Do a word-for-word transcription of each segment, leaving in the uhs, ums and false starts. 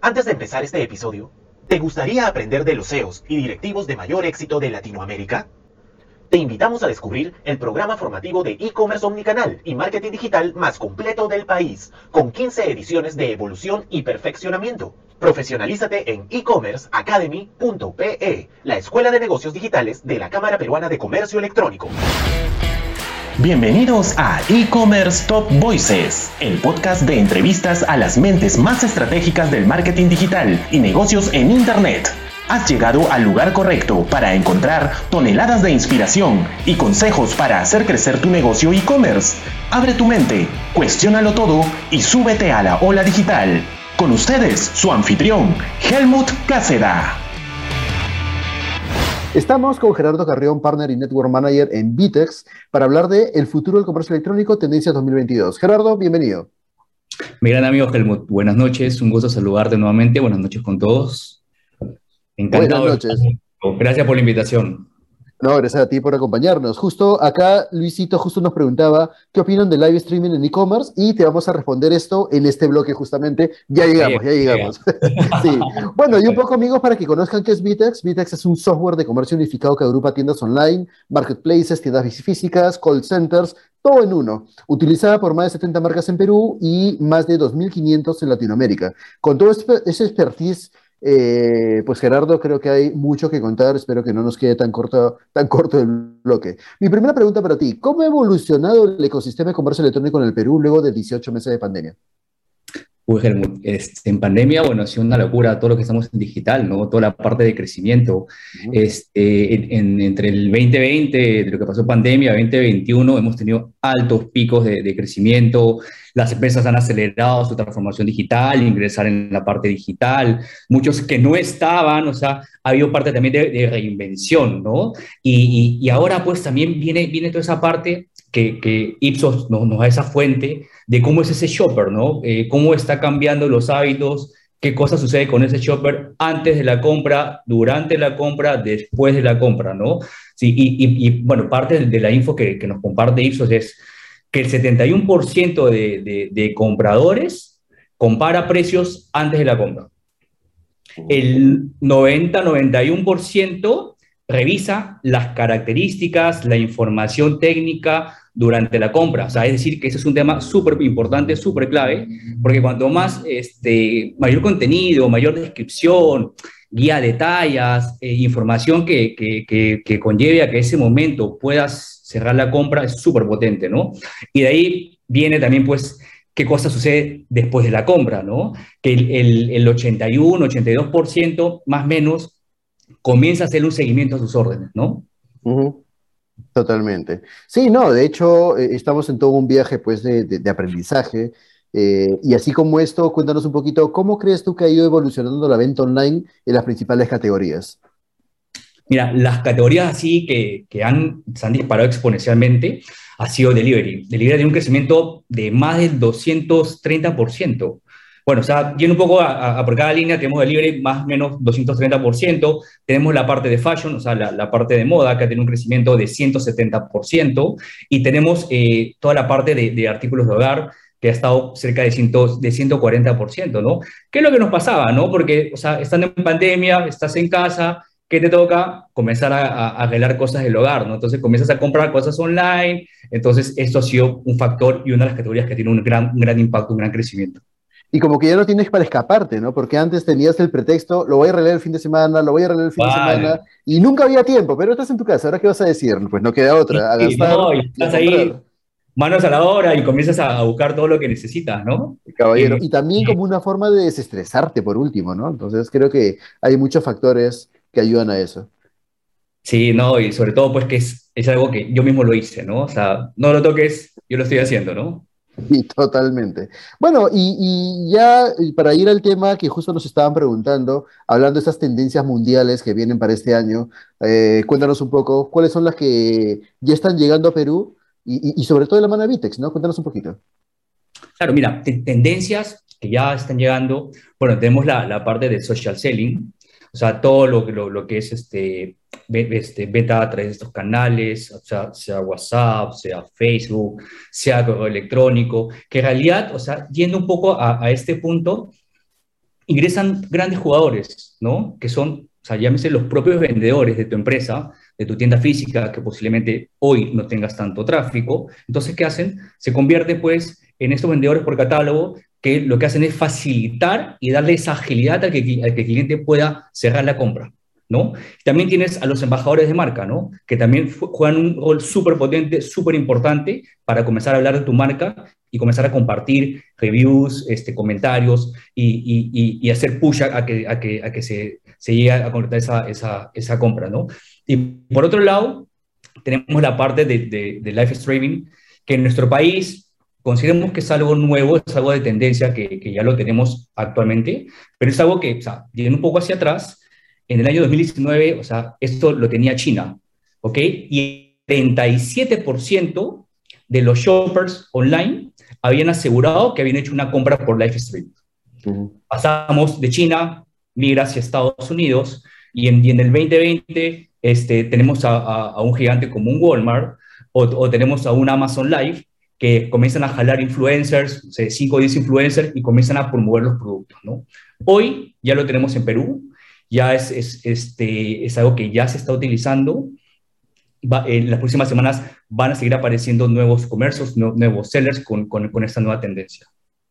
Antes de empezar este episodio, ¿te gustaría aprender de los C E Os y directivos de mayor éxito de Latinoamérica? Te invitamos a descubrir el programa formativo de e-commerce omnicanal y marketing digital más completo del país, con quince ediciones de evolución y perfeccionamiento. Profesionalízate en e commerce academy punto p e, la escuela de negocios digitales de la Cámara Peruana de Comercio Electrónico. Bienvenidos a E-Commerce Top Voices, el podcast de entrevistas a las mentes más estratégicas del marketing digital y negocios en Internet. Has llegado al lugar correcto para encontrar toneladas de inspiración y consejos para hacer crecer tu negocio e-commerce. Abre tu mente, cuestiónalo todo y súbete a la ola digital. Con ustedes, su anfitrión, Helmut Cáceda. Estamos con Gerardo Carrión, Partner y Network Manager en VTEX, para hablar de el futuro del comercio electrónico, tendencias dos mil veintidós. Gerardo, bienvenido. Mi gran amigo Helmut, buenas noches, un gusto saludarte nuevamente, buenas noches con todos. Encantado. Buenas noches. De... Gracias por la invitación. No, gracias a ti por acompañarnos. Justo acá, Luisito justo nos preguntaba qué opinan del live streaming en e-commerce y te vamos a responder esto en este bloque justamente. Ya llegamos, ya llegamos. Sí. Bueno, y un poco, amigos, para que conozcan qué es VTEX. VTEX es un software de comercio unificado que agrupa tiendas online, marketplaces, tiendas físicas, call centers, todo en uno. Utilizada por más de setenta marcas en Perú y más de dos mil quinientos en Latinoamérica. Con todo ese expertise, Eh, pues Gerardo, creo que hay mucho que contar, espero que no nos quede tan corto, tan corto el bloque. Mi primera pregunta para ti, ¿cómo ha evolucionado el ecosistema de comercio electrónico en el Perú luego de dieciocho meses de pandemia? Uy, Helmut, este, en pandemia, bueno, ha sido una locura todo lo que estamos en digital, ¿no? Toda la parte de crecimiento. Uh-huh. este, en, en, entre el veinte veinte, de lo que pasó pandemia, veinte veintiuno, hemos tenido altos picos de, de crecimiento. Las empresas han acelerado su transformación digital, ingresar en la parte digital. Muchos que no estaban, o sea, ha habido parte también de, de reinvención, ¿no? Y, y, y ahora, pues, también viene, viene toda esa parte que, que Ipsos nos, nos da esa fuente de cómo es ese shopper, ¿no? Eh, cómo está cambiando los hábitos, qué cosa sucede con ese shopper antes de la compra, durante la compra, después de la compra, ¿no? Sí, y, y, y bueno, parte de la info que, que nos comparte Ipsos es que el setenta y uno por ciento de, de, de compradores compara precios antes de la compra. El noventa a noventa y uno por ciento revisa las características, la información técnica durante la compra. O sea, es decir, que ese es un tema súper importante, súper clave, porque cuanto más, este, mayor contenido, mayor descripción, guía de tallas, eh, información que, que, que, que conlleve a que ese momento puedas cerrar la compra, es súper potente, ¿no? Y de ahí viene también, pues, qué cosa sucede después de la compra, ¿no? Que el, el, el ochenta y uno, ochenta y dos por ciento, más o menos, comienza a hacer un seguimiento a sus órdenes, ¿no? Uh-huh. Totalmente. Sí, no, de hecho, eh, estamos en todo un viaje, pues, de, de, de aprendizaje, eh, y así como esto, cuéntanos un poquito, ¿cómo crees tú que ha ido evolucionando la venta online en las principales categorías? Mira, las categorías así que, que han, se han disparado exponencialmente ha sido delivery. Delivery tiene un crecimiento de más del doscientos treinta por ciento. Bueno, o sea, yendo un poco a, a, a por cada línea, tenemos delivery más o menos doscientos treinta por ciento, tenemos la parte de fashion, o sea, la, la parte de moda, que ha tenido un crecimiento de ciento setenta por ciento, y tenemos eh, toda la parte de, de artículos de hogar, que ha estado cerca de, cien, de ciento cuarenta por ciento, ¿no? ¿Qué es lo que nos pasaba, no? Porque, o sea, estando en pandemia, estás en casa, ¿qué te toca? Comenzar a, a, a arreglar cosas del hogar, ¿no? Entonces comienzas a comprar cosas online, entonces esto ha sido un factor y una de las categorías que tiene un gran, un gran impacto, un gran crecimiento. Y como que ya no tienes para escaparte, ¿no? Porque antes tenías el pretexto, lo voy a arreglar el fin de semana, lo voy a arreglar el fin vale. de semana, y nunca había tiempo, pero estás en tu casa, ¿ahora qué vas a decir? Pues no queda otra, a gastar no, y estás y ahí manos a la obra y comienzas a buscar todo lo que necesitas, ¿no? Caballero, y, y también como una forma de desestresarte, por último, ¿no? Entonces creo que hay muchos factores que ayudan a eso. Sí, no, y sobre todo pues que es, es algo que yo mismo lo hice, ¿no? O sea, no lo toques, yo lo estoy haciendo, ¿no? Sí, totalmente. Bueno, y, y ya para ir al tema que justo nos estaban preguntando, hablando de estas tendencias mundiales que vienen para este año, eh, cuéntanos un poco, ¿cuáles son las que ya están llegando a Perú? Y, y, y sobre todo de la mano de VTEX, ¿no? Cuéntanos un poquito. Claro, mira, tendencias que ya están llegando, bueno, tenemos la, la parte de social selling, o sea, todo lo, lo, lo que es este, este, venta a través de estos canales, o sea, sea WhatsApp, sea Facebook, sea correo electrónico, que en realidad, o sea, yendo un poco a, a este punto, ingresan grandes jugadores, ¿no? Que son, o sea, llámese los propios vendedores de tu empresa, de tu tienda física, que posiblemente hoy no tengas tanto tráfico. Entonces, ¿qué hacen? Se convierten, pues, en estos vendedores por catálogo que lo que hacen es facilitar y darle esa agilidad al que, al que el cliente pueda cerrar la compra, ¿no? También tienes a los embajadores de marca, ¿no? Que también juegan un rol súper potente, súper importante para comenzar a hablar de tu marca y comenzar a compartir reviews, este, comentarios y, y, y hacer push a que, a que, a que se, se llegue a concretar esa, esa, esa compra, ¿no? Y por otro lado, tenemos la parte de, de, de live streaming, que en nuestro país consideramos que es algo nuevo, es algo de tendencia que, que ya lo tenemos actualmente, pero es algo que, o sea, yendo un poco hacia atrás, en el año dos mil diecinueve, o sea, esto lo tenía China, ¿ok? Y el treinta y siete por ciento de los shoppers online habían asegurado que habían hecho una compra por live stream. Uh-huh. Pasamos de China, migra hacia Estados Unidos, y en, y en el veinte veinte este, tenemos a, a, a un gigante como un Walmart, o, o tenemos a un Amazon Live, que comienzan a jalar influencers, cinco o diez influencers, y comienzan a promover los productos, ¿no? Hoy ya lo tenemos en Perú, ya es, es, este, es algo que ya se está utilizando. Va, en las próximas semanas van a seguir apareciendo nuevos comercios, no, nuevos sellers con, con, con esta nueva tendencia.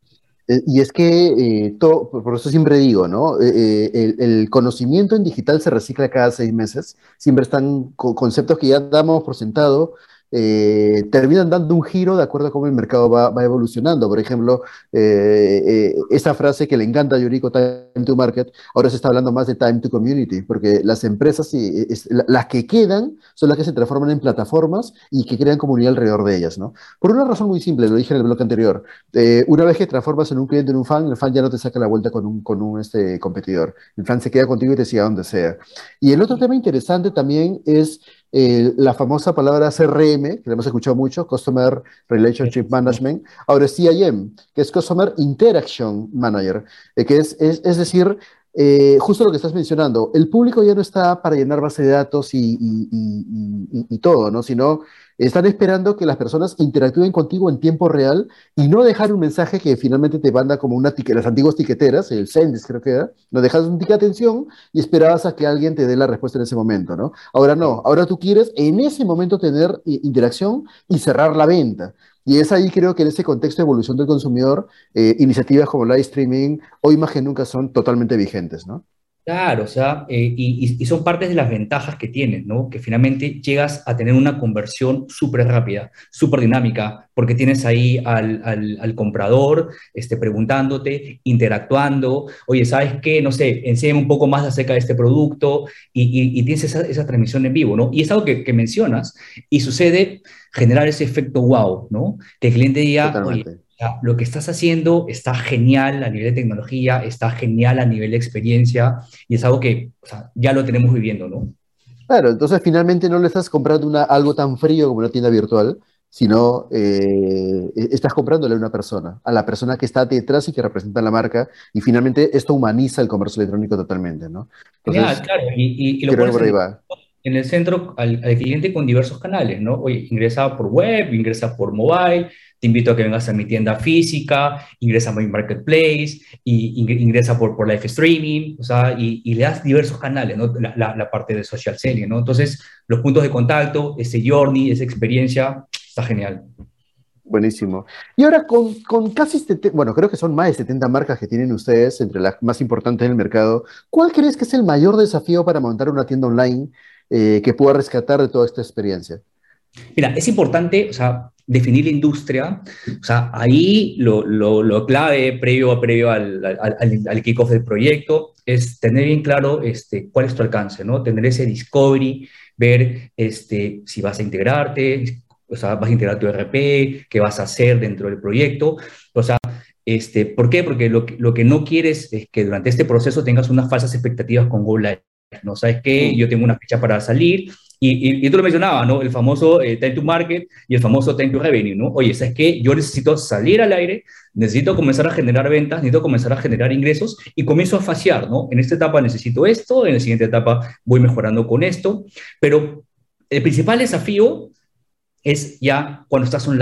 Y es que, eh, todo, por eso siempre digo, ¿no? Eh, el, el conocimiento en digital se recicla cada seis meses, siempre están con conceptos que ya damos por sentado, Eh, terminan dando un giro de acuerdo a cómo el mercado va, va evolucionando. Por ejemplo, eh, eh, esa frase que le encanta a Yuriko, time to market, ahora se está hablando más de time to community, porque las empresas, y, es, las que quedan, son las que se transforman en plataformas y que crean comunidad alrededor de ellas, ¿no? Por una razón muy simple, lo dije en el bloque anterior, eh, una vez que transformas en un cliente en un fan, el fan ya no te saca la vuelta con un, con un este, competidor. El fan se queda contigo y te sigue a donde sea. Y el otro tema interesante también es Eh, la famosa palabra C R M, que la hemos escuchado mucho, Customer Relationship Management, ahora es C I M, que es Customer Interaction Manager, eh, que es, es, es decir, eh, justo lo que estás mencionando, el público ya no está para llenar base de datos y, y, y, y, y todo, ¿no? Sino están esperando que las personas interactúen contigo en tiempo real y no dejar un mensaje que finalmente te manda como una tiquetera, las antiguas tiqueteras, el Sendis creo que era, no dejas un ticket de atención y esperabas a que alguien te dé la respuesta en ese momento, ¿no? Ahora no, ahora tú quieres en ese momento tener interacción y cerrar la venta. Y es ahí creo que en ese contexto de evolución del consumidor, eh, iniciativas como live streaming, hoy más que nunca son totalmente vigentes, ¿no? Claro, o sea, eh, y, y son partes de las ventajas que tienes, ¿no? Que finalmente llegas a tener una conversión súper rápida, súper dinámica, porque tienes ahí al, al, al comprador este, preguntándote, interactuando, oye, ¿sabes qué? No sé, enséñame un poco más acerca de este producto, y, y, y tienes esa, esa transmisión en vivo, ¿no? Y es algo que, que mencionas, y sucede generar ese efecto wow, ¿no? Que el cliente diga, Totalmente. oye, lo que estás haciendo está genial a nivel de tecnología, está genial a nivel de experiencia, y es algo que, o sea, ya lo tenemos viviendo, ¿no? Claro, entonces finalmente no le estás comprando una, algo tan frío como una tienda virtual, sino eh, estás comprándole a una persona, a la persona que está detrás y que representa la marca, y finalmente esto humaniza el comercio electrónico totalmente, ¿no? Entonces, Genial, claro, y, y, y lo creo que pones por ahí en, va. en el centro al, al cliente con diversos canales, ¿no? Oye, ingresa por web, ingresa por mobile, te invito a que vengas a mi tienda física, ingresa a mi marketplace, y ingresa por, por live streaming, o sea, y, y le das diversos canales, ¿no? La, la, la parte de social selling, ¿no? Entonces, los puntos de contacto, ese journey, esa experiencia, está genial. Buenísimo. Y ahora con, con casi, setenta, bueno, creo que son más de setenta marcas que tienen ustedes, entre las más importantes en el mercado, ¿cuál crees que es el mayor desafío para montar una tienda online eh, que pueda rescatar de toda esta experiencia? Mira, es importante, o sea, definir la industria, o sea, ahí lo, lo, lo clave previo, previo al, al, al, al kickoff del proyecto es tener bien claro este, cuál es tu alcance, ¿no? Tener ese discovery, ver este, si vas a integrarte, o sea, vas a integrar tu E R P, qué vas a hacer dentro del proyecto, o sea, este, ¿por qué? Porque lo, lo que no quieres es que durante este proceso tengas unas falsas expectativas con Go Live, ¿no? ¿Sabes qué? Yo tengo una fecha para salir. Y, y, y tú lo mencionabas, ¿no? El famoso eh, time to market y el famoso time to revenue, ¿no? Oye, ¿sabes qué? Yo necesito salir al aire, necesito comenzar a generar ventas, necesito comenzar a generar ingresos y comienzo a fasear, ¿no? En esta etapa necesito esto, en la siguiente etapa voy mejorando con esto, pero el principal desafío es ya cuando estás online.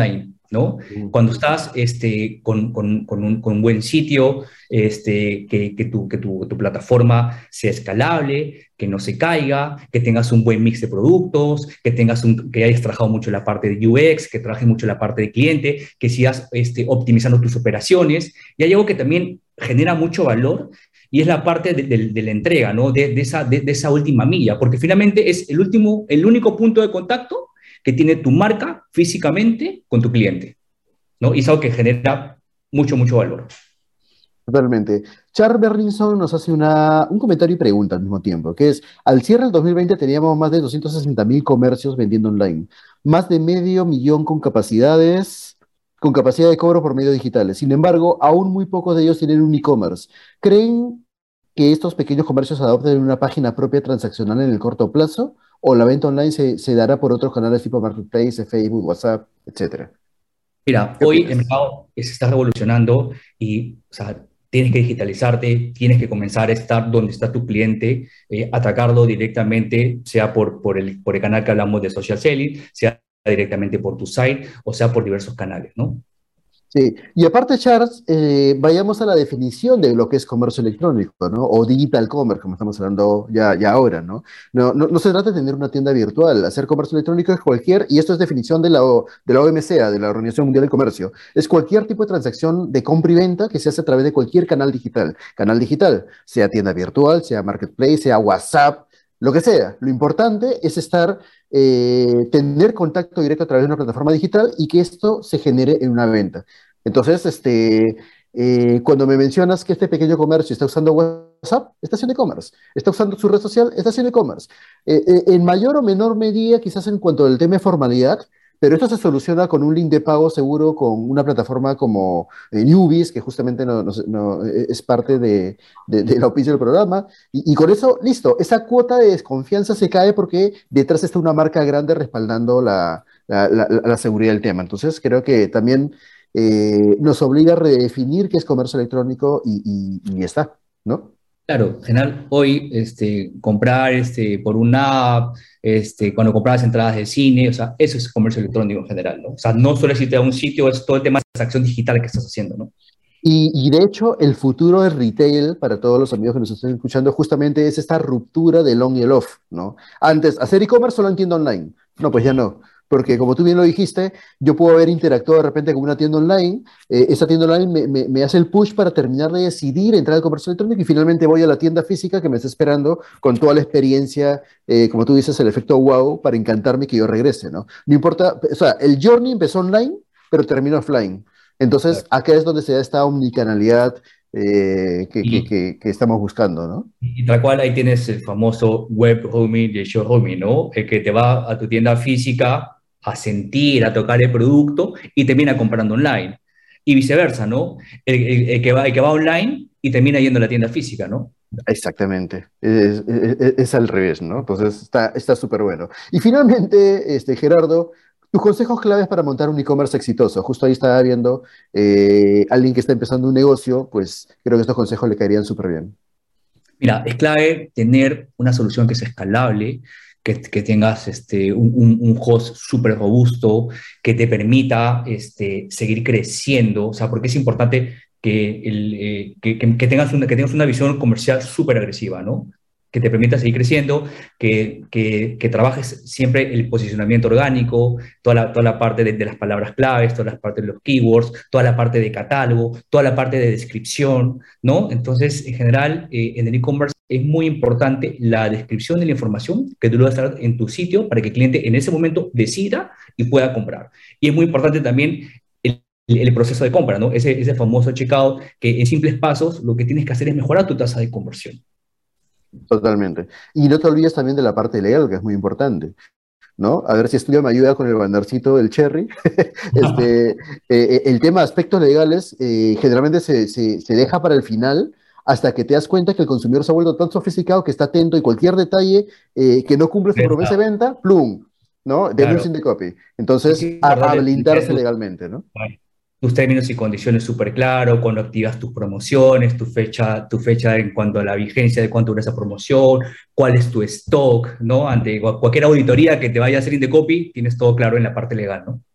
¿no? Cuando estás este, con, con, con, un, con un buen sitio, este, que, que, tu, que tu, tu plataforma sea escalable, que no se caiga, que tengas un buen mix de productos, que, tengas un, que hayas trabajado mucho la parte de U X, que trabajes mucho la parte de cliente, que sigas este, optimizando tus operaciones. Y hay algo que también genera mucho valor y es la parte de, de, de la entrega, ¿no? De, de, esa, de, de esa última milla, porque finalmente es el, último, el único punto de contacto que tiene tu marca físicamente con tu cliente, ¿no? Y es algo que genera mucho, mucho valor. Totalmente. Char Berlinson nos hace una, un comentario y pregunta al mismo tiempo, que es, al cierre del dos mil veinte teníamos más de doscientos sesenta mil comercios vendiendo online, más de medio millón con capacidades, con capacidad de cobro por medios digitales. Sin embargo, aún muy pocos de ellos tienen un e-commerce. ¿Creen que estos pequeños comercios adopten una página propia transaccional en el corto plazo? ¿O la venta online se, se dará por otros canales tipo Marketplace, Facebook, WhatsApp, etcétera? Mira, ¿Qué hoy el opinas? mercado se está revolucionando y, o sea, tienes que digitalizarte, tienes que comenzar a estar donde está tu cliente, eh, atacarlo directamente, sea por, por, el, por el canal que hablamos de social selling, sea directamente por tu site, o sea por diversos canales, ¿no? Sí, y aparte, Charles, eh, vayamos a la definición de lo que es comercio electrónico, ¿no? O digital commerce, como estamos hablando ya, ya ahora, ¿no? No, no, no se trata de tener una tienda virtual. Hacer comercio electrónico es cualquier, y esto es definición de la, O- de la O M C A, de la Organización Mundial del Comercio, es cualquier tipo de transacción de compra y venta que se hace a través de cualquier canal digital. Canal digital, sea tienda virtual, sea marketplace, sea WhatsApp, lo que sea. Lo importante es estar, eh, tener contacto directo a través de una plataforma digital y que esto se genere en una venta. Entonces, este, eh, cuando me mencionas que este pequeño comercio está usando WhatsApp, está haciendo e-commerce. Está usando su red social, está haciendo e-commerce. Eh, eh, en mayor o menor medida, quizás en cuanto al tema de formalidad, pero esto se soluciona con un link de pago seguro con una plataforma como eh, Newbies, que justamente no- no- no- eh, es parte de, de, de la auspicio del programa. Y, y con eso, listo, esa cuota de desconfianza se cae porque detrás está una marca grande respaldando la, la, la- la seguridad del tema. Entonces, creo que también eh, nos obliga a redefinir qué es comercio electrónico y, y- y ya está, ¿no? Claro, en general, hoy este, comprar este, por una app, este, cuando comprabas entradas de cine, o sea, eso es comercio electrónico en general, ¿no? O sea, no solo es irte a un sitio, es todo el tema de transacción digital que estás haciendo, ¿no? Y, y de hecho, el futuro del retail, para todos los amigos que nos están escuchando, justamente es esta ruptura del on y el off, ¿no? Antes, hacer e-commerce solo en tienda online. No, pues ya no. Porque como tú bien lo dijiste, yo puedo haber interactuado de repente con una tienda online, eh, esa tienda online me, me- me hace el push para terminar de decidir entrar al comercio electrónico y finalmente voy a la tienda física que me está esperando con toda la experiencia, eh, como tú dices, el efecto wow para encantarme y que yo regrese, ¿no? No importa, o sea, el journey empezó online, pero terminó offline. Entonces, acá es donde se da esta omnicanalidad eh, que, que, Y, que, que estamos buscando, ¿no? y tal cual ahí tienes el famoso web homing y el show homing, ¿no? El que te va a tu tienda física a sentir, a tocar el producto y termina comprando online. Y viceversa, ¿no? El, el- el que va, el que va online y termina yendo a la tienda física, ¿no? Exactamente, es, es- es al revés, ¿no? Entonces está está súper bueno. Y finalmente, este, Gerardo, tus consejos claves para montar un e-commerce exitoso. Justo ahí estaba viendo eh, alguien que está empezando un negocio, pues creo que estos consejos le caerían súper bien. Mira, es clave tener una solución que sea escalable, que, que tengas este, un, un, un host súper robusto, que te permita este, seguir creciendo, o sea, porque es importante que, el, eh, que, que, que tengas una, que tengas una visión comercial súper agresiva, ¿no? Que te permita seguir creciendo, que, que, que trabajes siempre el posicionamiento orgánico, toda la, toda la parte de, de las palabras claves, toda la parte de los keywords, toda la parte de catálogo, toda la parte de descripción, ¿no? Entonces, en general, eh, en el e-commerce es muy importante la descripción de la información que tú le vas a dar en tu sitio para que el cliente en ese momento decida y pueda comprar. Y es muy importante también el, el proceso de compra, ¿no? Ese, ese famoso checkout que en simples pasos lo que tienes que hacer es mejorar tu tasa de conversión. Totalmente. Y no te olvides también de la parte legal, que es muy importante, ¿no? A ver si estudio me ayuda con el bannercito del Cherry. Este, eh, eh, el tema de aspectos legales eh, generalmente se, se, se deja para el final hasta que te das cuenta que el consumidor se ha vuelto tan sofisticado que está atento y cualquier detalle eh, que no cumple su promesa de venta, ¡plum! ¿No? Claro. Denuncia de copy. Es Entonces, a, a importante tener blindarse tus, legalmente, ¿no? tus términos y condiciones súper claros, cuando activas tus promociones, tu fecha, tu fecha en cuanto a la vigencia de cuánto dura esa promoción, cuál es tu stock, ¿no? Ante cualquier auditoría que te vaya a hacer in the copy, tienes todo claro en la parte legal, ¿no?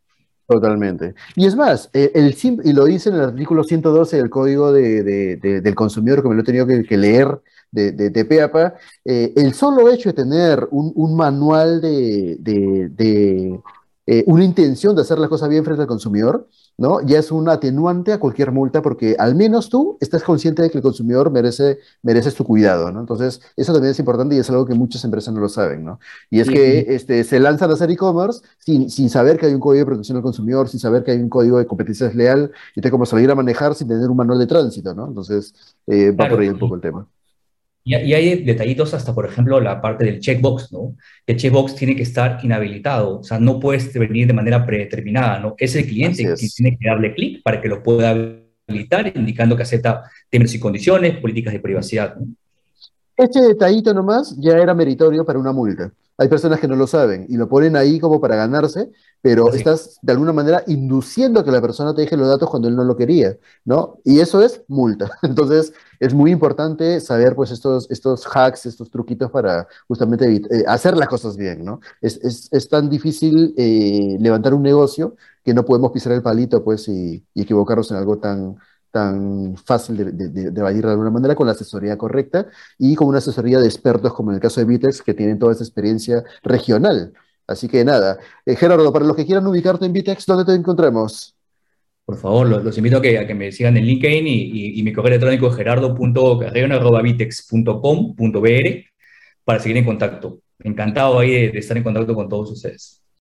Totalmente. Y es más, eh, el sim- y lo dice en el artículo ciento doce del Código de- de- de- del Consumidor, que me lo he tenido que, que leer de, de, de pe a pa, eh, el solo hecho de tener un, un manual de, de- de, eh, una intención de hacer las cosas bien frente al consumidor, ¿no? Ya es un atenuante a cualquier multa porque al menos tú estás consciente de que el consumidor merece, merece tu cuidado, ¿no? Entonces, eso también es importante y es algo que muchas empresas no lo saben, ¿no? Y es Y, que y, este, se lanzan a hacer e-commerce sin, sin saber que hay un código de protección al consumidor, sin saber que hay un código de competencia desleal, y te como salir a manejar sin tener un manual de tránsito, ¿no? Entonces, eh, va por claro, ahí un poco el tema. y, y hay detallitos hasta, por ejemplo, la parte del checkbox, ¿no? El checkbox tiene que estar inhabilitado, o sea, no puedes venir de manera predeterminada, ¿no? Es el Así cliente quien es. tiene que darle clic para que lo pueda habilitar, indicando que acepta términos y condiciones, políticas de privacidad, ¿no? Este detallito nomás ya era meritorio para una multa. Hay personas que no lo saben y lo ponen ahí como para ganarse, pero Así es. estás de alguna manera induciendo a que la persona te deje los datos cuando él no lo quería, ¿no? Y eso es multa. Entonces, es muy importante saber pues estos, estos hacks, estos truquitos para justamente evit- eh, hacer las cosas bien, ¿no? Es, es, es tan difícil eh, levantar un negocio que no podemos pisar el palito pues y, y equivocarnos en algo tan, tan fácil de, de, de, de evadir de alguna manera con la asesoría correcta y con una asesoría de expertos como en el caso de Vitex, que tienen toda esa experiencia regional. Así que nada, eh, Gerardo, para los que quieran ubicarte en Vitex, ¿dónde te encontramos? Por favor, los, los invito a que, a que me sigan en LinkedIn y, y, y mi correo electrónico es gerardo punto carreón arroba vitex punto com punto b r para seguir en contacto. Encantado ahí de, de estar en contacto con todos ustedes.